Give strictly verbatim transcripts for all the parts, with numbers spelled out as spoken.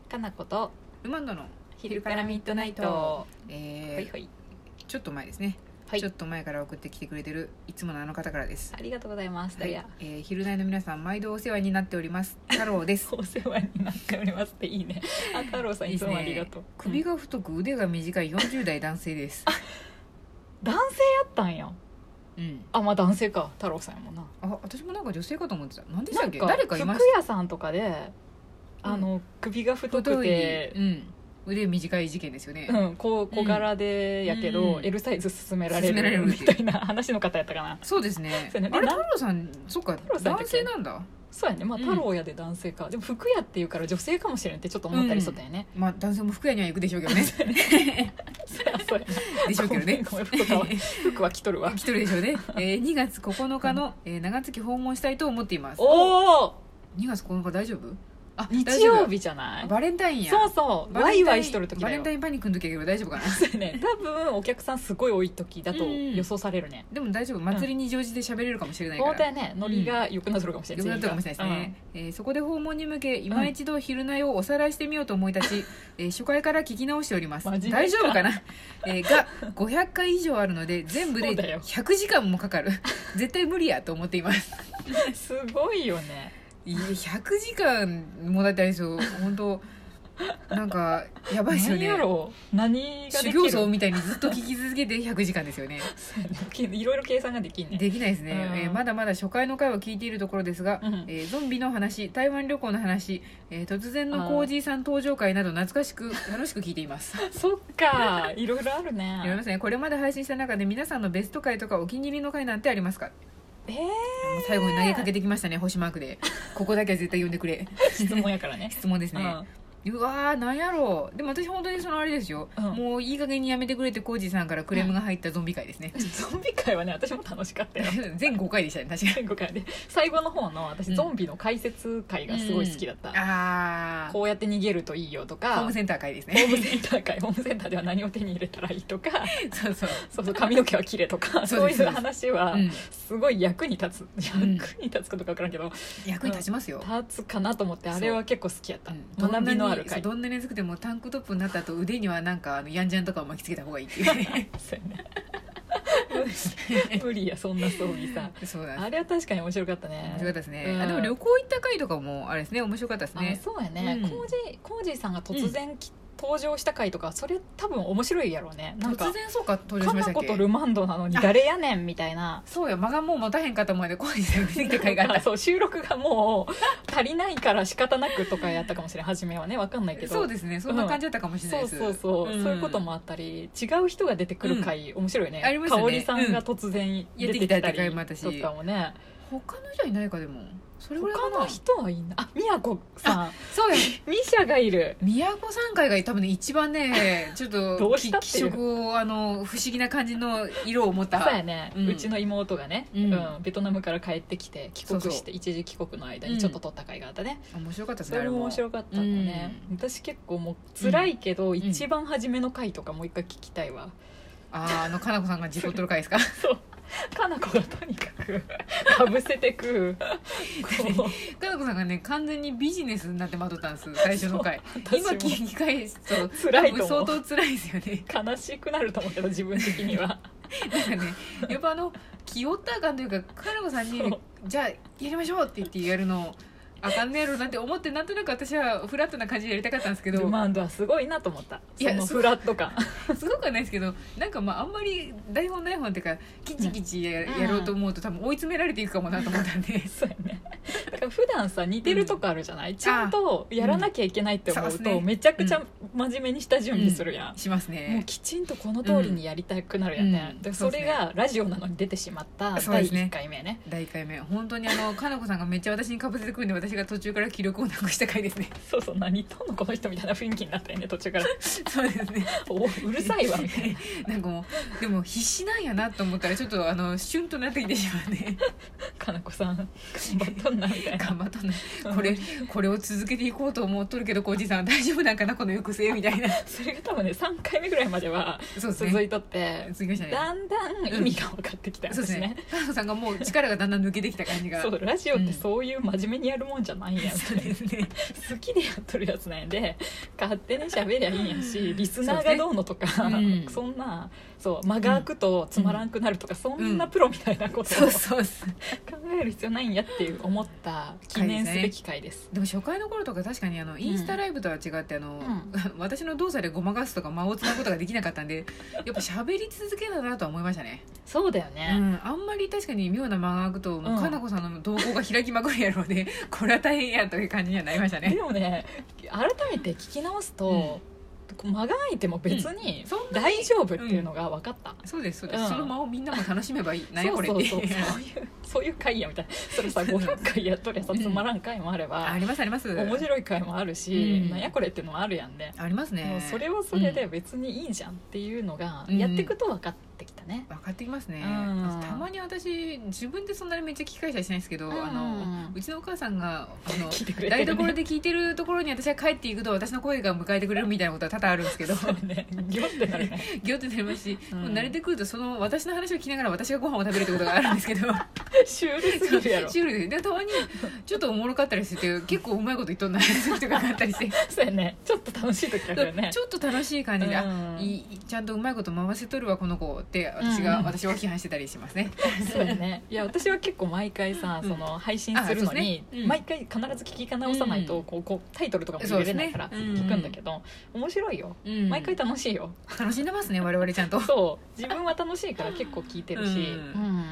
かなことルマンドの昼からミッドナイト、 えーほいほい、 ちょっと前ですね、 はい、 ちょっと前から送ってきてくれてるいつものあの方からです。 ありがとうございます。 はい、 ダイヤ、 えー、昼内の皆さん毎度お世話になっております太郎ですお世話になっておりますっていいね。あ、太郎さんいつもありがとう。 いい首が太く腕が短いよんじゅう代男性です、 うん、男性やったんや。 うん、 あ、まあ男性か、太郎さんやもんな。 あ、私もなんか女性かと思ってた。何でしたっけ？ なんか誰かいまし服屋さんとかであの、うん、首が太くて、 うん、腕短い事件ですよね、 うん、小, 小柄でやけど、うん、L サイズ勧められ る, れるみたいな話の方やったかな。 そうですね。 そうね、 あれ太郎さん、そっか、男性なんだ。 そうやね、まあ、太郎屋で男性か、うん、でも服屋っていうから女性かもしれんってちょっと思ったりしとったよね、 うん、まあ男性も服屋には行くでしょうけどねそうやなでしょうけどねごめんごめん、服は服は着とるわ着とるでしょうね、えー、にがつここのかの、えー、長月訪問したいと思っています。 おお、 にがつここのか大丈夫？あ、 日曜日じゃない？ バレンタインや。 そうそう、ワイワイしとる時だよ。 バレンタインパニックの時だけど大丈夫かな。 そうね、多分お客さんすごい多い時だと予想されるね、 うん、でも大丈夫、祭りに乗じて喋れるかもしれないから、 本当やね、ノリが良くなってるかもしれない、 良くなってるかもしれないですね、うん、えー、そこで訪問に向け今一度昼寝をおさらいしてみようと思い立ち、えー、初回から聞き直しております。大丈夫かな、えー、がごひゃっかい以上あるので全部でひゃくじかんもかかる絶対無理やと思っていますすごいよね。 いやひゃくじかんもだったりですよ本当なんかやばいですよね。 何やろう、何ができる、 修行僧みたいにずっと聞き続けてひゃくじかんですよねいろいろ計算ができんね。 できないですね、 うん、 えー、まだまだ初回の回を聞いているところですが、うん、えー、ゾンビの話、台湾旅行の話、えー、突然のコージーさん登場会など懐かしく楽しく聞いていますそっか、いろいろあるね。 ありますね。これまで配信した中で皆さんのベスト回とかお気に入りの回なんてありますか？ えー、 最後に投げかけてきましたね、星マークで。ここだけは絶対読んでくれ質問やからね質問ですね、うん、うわーなんやろう。でも私本当にそのあれですよ、うん、もういい加減にやめてくれってコージーさんからクレームが入ったゾンビ回ですね、 うん、ゾンビ回はね私も楽しかったよ全ごかいでしたね、確かに全ごかいで最後の方の私、うん、ゾンビの解説回がすごい好きだった、うん、 あこうやって逃げるといいよとか、 ホームセンター回ですね。 ホームセンター回ホームセンターでは何を手に入れたらいいとかそうそうそうそう、髪の毛は綺麗とかそういう話はすごい役に立つ、うん、役に立つかどうか分からんけど役に立ちますよ、 立つかなと思って、あれは結構好きやった、うん、学びのある回。 どんなに熱くてもタンクトップになった後腕にはなんかあのヤンジャンとかを巻きつけた方がいいっていうねそうやね無理やそんな装備さ。そうだ、あれは確かに面白かったね。 面白かったですね、うん、あでも旅行行った回とかもあれですね、面白かったですね。 あ、そうやね、うん、コージーコージーさんが突然来て、うん登場した回とか、それ多分面白いやろうね。なんか突然そうか登場しましたっけ。 かなことルマンドなのに誰やねんみたいな。 そうや、間がもう持たへんかったまでコージさんが出てきた回があったそう、収録がもう足りないから仕方なくとかやったかもしれない初めはね、分かんないけど。 そうですね、そんな感じだったかもしれないです、 うん、そうそうそう、うん、そういうこともあったり、違う人が出てくる回、うん、面白いね。 ありましたね。 香織さんが突然出てきたりとかもね、 他の人いないか。でもそれぐらいかな。 他の人はいいなあ、宮子さん、 そうやミシャがいる。 宮子さん回が多分ね一番ねちょっとどうしたっていう気色をあの不思議な感じの色を持った。 そうやね、うん、うちの妹がね、うんうん、ベトナムから帰ってきて帰国して、そうそう一時帰国の間にちょっと撮った回があったね、 うん、面白かったですね。 それも面白かったんだね、うん、私結構もう辛いけど、うん、一番初めの回とかもう一回聞きたいわ、うん、 ああのかなこさんが事故っとる回ですかそうかなこがとにかくかぶせてくかなこさんがね完全にビジネスになって待っとったんです最初の回。今聞き返すと辛いと思う、 相当辛いですよね。 悲しくなると思うけど自分的にはなんかねやっぱあの気負った感というかかなこさんにじゃあやりましょうって言ってやるのあかんねやろなって思って、なんとなく私はフラットな感じでやりたかったんですけど、 ルマンドはすごいなと思った。そのフラット感すごくはないですけど、なんかまああんまり台本台本っていうかキチキチ や,、うん、やろうと思うと多分追い詰められていくかもなと思ったんでそうやね。だから普段さ似てるとこあるじゃない、うん、ちゃんとやらなきゃいけないって思うと、うん、めちゃくちゃ真面目にした準備するやん、 うん、しますね。 もうきちんとこの通りにやりたくなるやんね、うん、それがラジオなのに出てしまっただいいっかいめね。 だいいっかいめ本当にあのかなこさんがめっちゃ私にかぶせてくるんで、私が途中から気力をなくした回ですね。 そうそう、何言っとんのこの人みたいな雰囲気になったよね途中からそうですねおうるさいわみたいななんかもうでも必死なんやなと思ったらちょっとあのシュンとなってきてしまうね。 かなこさん頑張っとんなみたいな頑張っとんなこれこれを続けていこうと思っとるけどコージーさんは大丈夫なんかなこの行く末みたいなそれが多分ねさんかいめぐらいまでは続いとって、 続きましたね、 だんだん意味が分かってきたんですね。 かなこさんがもう力がだんだん抜けてきた感じがそうラジオってそういう真面目にやるもんじゃないんやんそうですね好きでやっとるやつなんで勝手に喋りゃいいんやしリスナーがどうのとか そ,、ねうん、そんなそう間が空くとつまらんくなるとか、うん、そんなプロみたいなことを、うん、そうそうそう考える必要ないんやっていう思った記念すべき回です。 でも初回の頃とか確かにあのインスタライブとは違ってあの、うん、私の動作でごまかすとか間をつなぐことができなかったんでやっぱ喋り続けだなとは思いましたね。 そうだよね、 うん、あんまり確かに妙な間が空くと、うん、かなこさんの動向が開きまくるやろうでこれは大変やという感じにはなりましたね。 でもね改めて聞き直すと、うん、間が空いても別に大丈夫っていうのが分かった、 うん、そうですそうです、うん、その間をみんなも楽しめばいいなんやこれってそうそうそうそういうそういう回やみたいなそれさごひゃっかいやっとりゃさつまらん回もあれば、うん、 ありますあります面白い回もあるし、うん、なんやこれっていうのもあるやんね。 ありますね。 もうそれはそれで別にいいじゃんっていうのがやっていくと分かってきたね、 分かってきますね、うん、たまに私自分でそんなにめっちゃ聞き返したりしないですけど、うん、あのうちのお母さんがあのね、台所で聞いてるところに私が帰っていくと私の声が迎えてくれるみたいなことは多々あるんですけどね、ギョってなるねギョってなりますし、うん、もう慣れてくるとその私の話を聞きながら私がご飯を食べるってことがあるんですけどシュールすぎるやろ。 シュールでたまにちょっとおもろかったりして結構うまいこと言っとんな時とかあったりしてそうやね、ちょっと楽しい時あるよね。 ちょっと楽しい感じで、うん、いいちゃんとうまいこと回せとるわこの子って私が、うん、私を批判してたりしますね。 そうやね。いや私は結構毎回さ、うん、その配信するのに、ねうん、毎回必ず聞き直さないと、うん、こうこうタイトルとかも入れれないから聞くんだけど、うん、面白いよ、うん、毎回楽しいよ。 楽しんでますね我々ちゃんと。 そう自分は楽しいから結構聞いてるし、うんうん、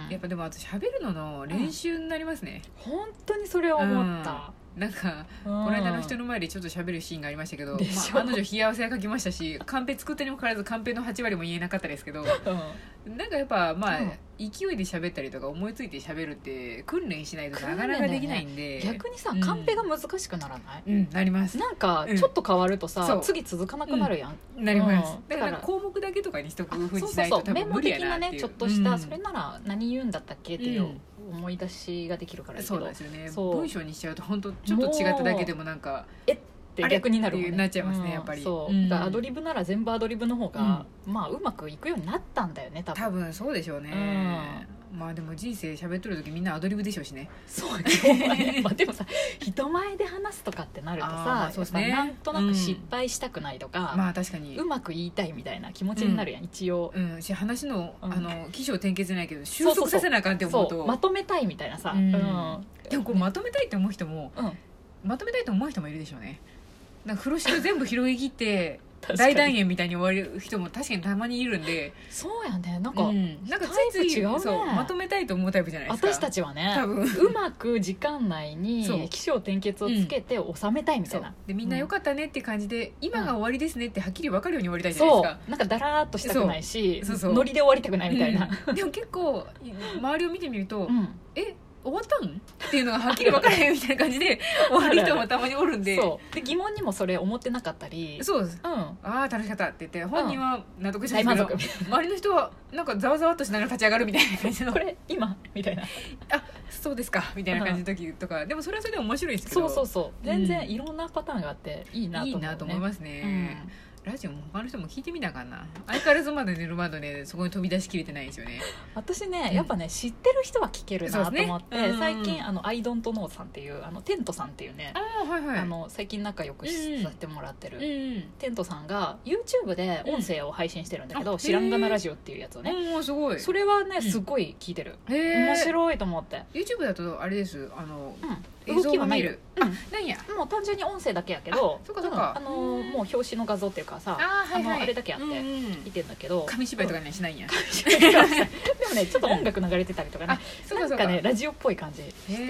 やっぱでも私喋るのの練習になりますね、 うん、本当にそれは思った、 うん、なんかこの間の人の前でちょっと喋るシーンがありましたけど、まあ、案の定冷や汗がかきましたしカンペ作ったにもかかわらずカンペのはち割も言えなかったですけど、うん、なんかやっぱまあ、うん、勢いで喋ったりとか思いついて喋るって訓練しないとなかなかできないんで、 ね、逆にさ、うん、カンペが難しくならない？ うん、なります。 なんかちょっと変わるとさ、うん、次続かなくなるやん、 うん、なります、うん、だから項目だけとかにしとくふうにしないと多分無理やなっていう。 メモ的なねちょっとした、うん、それなら何言うんだったっけっていう、うん思い出しができるからですけど、 そうなんですよね。文章にしちゃうと本当ちょっと違っただけでもなんかえって逆になるもんね。 なっちゃいますね、うん、やっぱり。 そう、うん、アドリブなら全部アドリブの方が、うん、まあうまくいくようになったんだよね多分。 多分そうでしょうね。うん、まあでも人生喋っとる時みんなアドリブでしょうしね。 そうね。まあでもさ人前で話すとかってなるとさ、そうですね、なんとなく失敗したくないとか、 うん、まあ確かにうまく言いたいみたいな気持ちになるやん、うん、一応。 うん。し話の、うん、あの起承転結じゃないけど収束させなあかんって思うと、 そうそうそうまとめたいみたいなさ。うん。うん、 でもこうまとめたいって思う人も、うん、まとめたいと思う人もいるでしょうね。なんか風呂敷を全部広げ切って大団円みたいに終わる人も確かにたまにいるんで。 そうやね。なんか、うん、 なんかついつい違う、ね、そうまとめたいと思うタイプじゃないですか私たちはね。 多分うまく時間内に起承転結をつけて収めたいみたいな、 うん、でみんなよかったねって感じで、うん、今が終わりですねってはっきり分かるように終わりたいじゃないですか。 そうなんかだらーっとしたくないし、そうそうノリで終わりたくないみたいな、 うん、でも結構周りを見てみると、うん、え終わったんっていうのがはっきり分からへんみたいな感じで終わる人もたまにおるんで、 そうで疑問にもそれ思ってなかったり、 そうです、うん、ああ楽しかったって言って本人は納得してるけど、うん、周りの人はなんかざわざわっとしながら立ち上がるみたいな感じのこれ今みたいなあそうですかみたいな感じの時とか、うん、でもそれはそれで面白いですけど、 そうそうそう全然いろんなパターンがあっていいなと思う、ね、 いいなと思いますね、うんラジオも他の人も聞いてみたかな。相変わらずまだ寝るまでねそこに飛び出しきれてないんですよね。 私ねやっぱね、うん、知ってる人は聞けるなと思って、ねうん、最近あのアイドントノーさんっていうあのテントさんっていうね、 あ、はいはい、 あの最近仲良くさせてもらってる、うん、テントさんが YouTube で音声を配信してるんだけど、うん、知らんがなラジオっていうやつをね、 うん、すごいそれはねすごい聞いてる、うん、面白いと思って。 YouTube だとあれですあの、 うん動きはないる、 うん、あなんやもう単純に音声だけやけど、 そうかそうか、 あのもう表紙の画像っていうかさ あ,、はいはい、あのあれだけあって見てんだけど、 紙芝居とかにはしないんや。 でもねちょっと音楽流れてたりとかね、うん、なんかねラジオっぽい感じして、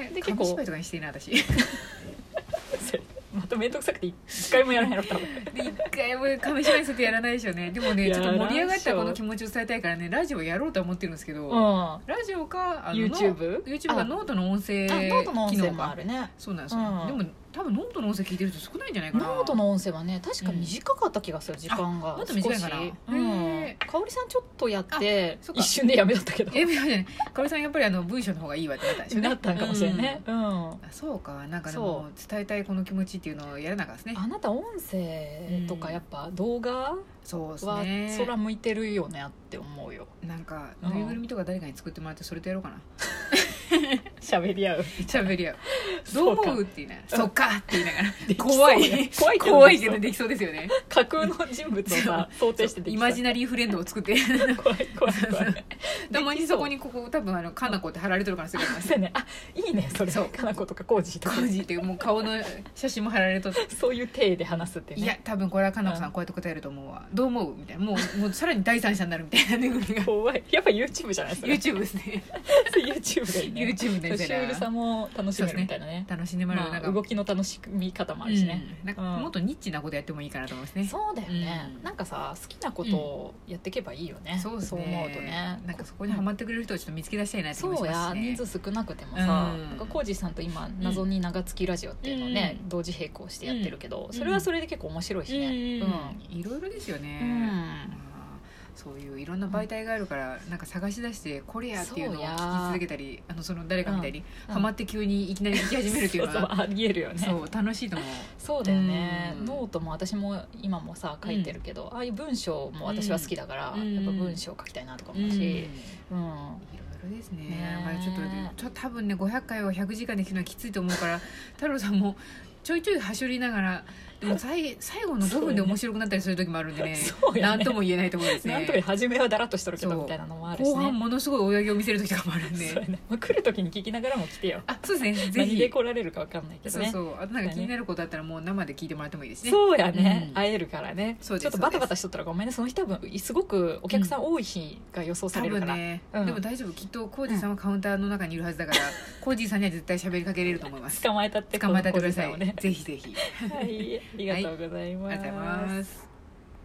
で結構紙芝居とかにしていいな私また面倒くさくて一回もやらないの多分一回も紙芝居にせてやらないでしょうね。でもねちょっと盛り上がったこの気持ちを伝えたいからねラジオやろうとは思ってるんですけど、うん、ラジオかあの YouTube? YouTube がノートの音声機能がノートの音声もあるね。 そうなんですよ、うん、でも多分ノートの音声聞いてる人少ないんじゃないかな。 ノートの音声はね確か短かった気がする、うん、時間がもっと短いかな。 うん、かおりさんちょっとやって一瞬でやめだったけど、 やめだね。かおりさんやっぱりあの文章の方がいいわってなったんでしょうね。 なったんかもしれないね、うんうん、 あそうか。なんかでも伝えたいこの気持ちっていうのをやらなかったですね。 あなた音声とかやっぱ動画は空向いてるよねって思うよ。 なんかぬいぐるみとか誰かに作ってもらってそれとやろうかな喋り合う喋り合うどう思うって言いながらそっかって言いながらできそう怖いね怖いけど怖いけどできそうですよね。 架空の人物をさ想定してできそうイマジナリーフレンドを作って怖い怖い怖いたまにそこにここ多分あのかなこって貼られてるからするからそうね、あいいねそれそうかなことかコージーとかコージーっていうもう顔の写真も貼られとってそういう体で話すってねいや多分これはかなこさんこうやって答えると思うわどう思うみたいなもうもうさらに第三者になるみたいなね怖いやっぱ YouTube じゃないですか YouTube ですね YouTube がいいね YouTube でシュールさも楽しめるみたいなね楽しんでもらう、 まあ、 なんか動きの楽しみ方もあるしね、 うん、なんかもっとニッチなことやってもいいかなと思いますね。 そうだよね、 うん、 なんかさ好きなことをやっていけばいいよね、 うん、そうですね、 そう思うとねなんかそこにハマってくれる人をちょっと見つけ出したいなって思いますね。 そうや人数少なくてもさ、 うん、 なんかコージーさんと今謎に長月ラジオっていうのをね、うん、同時並行してやってるけど、うん、それはそれで結構面白いしね、うんうん、いろいろですよね、 うんそういういろんな媒体があるから、うん、なんか探し出してこれやっていうのを聞き続けたりあのその誰かみたいに、うん、ハマって急にいきなり聞き始めるっていうのは、 そうそうありえるよね。 そう楽しいと思う。 そうだよね、うん、ノートも私も今もさ書いてるけど、うん、ああいう文章も私は好きだから、うん、やっぱ文章書きたいなとか思うし、うんうん、いろいろですね。ねまあ、ちょっとちょ多分ねごひゃっかいをひゃくじかんで聞くのはきついと思うから太郎さんもちょいちょいはしょりながらでも最最後のごふんで面白くなったりする時もあるんでね何、ね、とも言えないところですね。 なんとも初めはだらっとしとるけどみたいなのもあるし、ね、 後半ものすごい追い上げを見せる時とかもあるんでそう、ねまあ、来る時に聞きながらも来てよ。 あそうですねぜひ何で来られるか分かんないけどね。 そうそうあとなんか気になることあったらもう生で聞いてもらってもいいですね。 そうやね、うん、会えるからね。 そうちょっとバタバタしとったらごめんね。その日多分すごくお客さん多い日が予想されるから、 うんねうん、 でも大丈夫きっとコージーさんはカウンターの中にいるはずだから、うん、コージーさんには絶対喋りかけれると思います。 捕まえたって捕まえたってください、 ね、 ぜひぜひはいありがとうございます、 はい、ありがとうございます。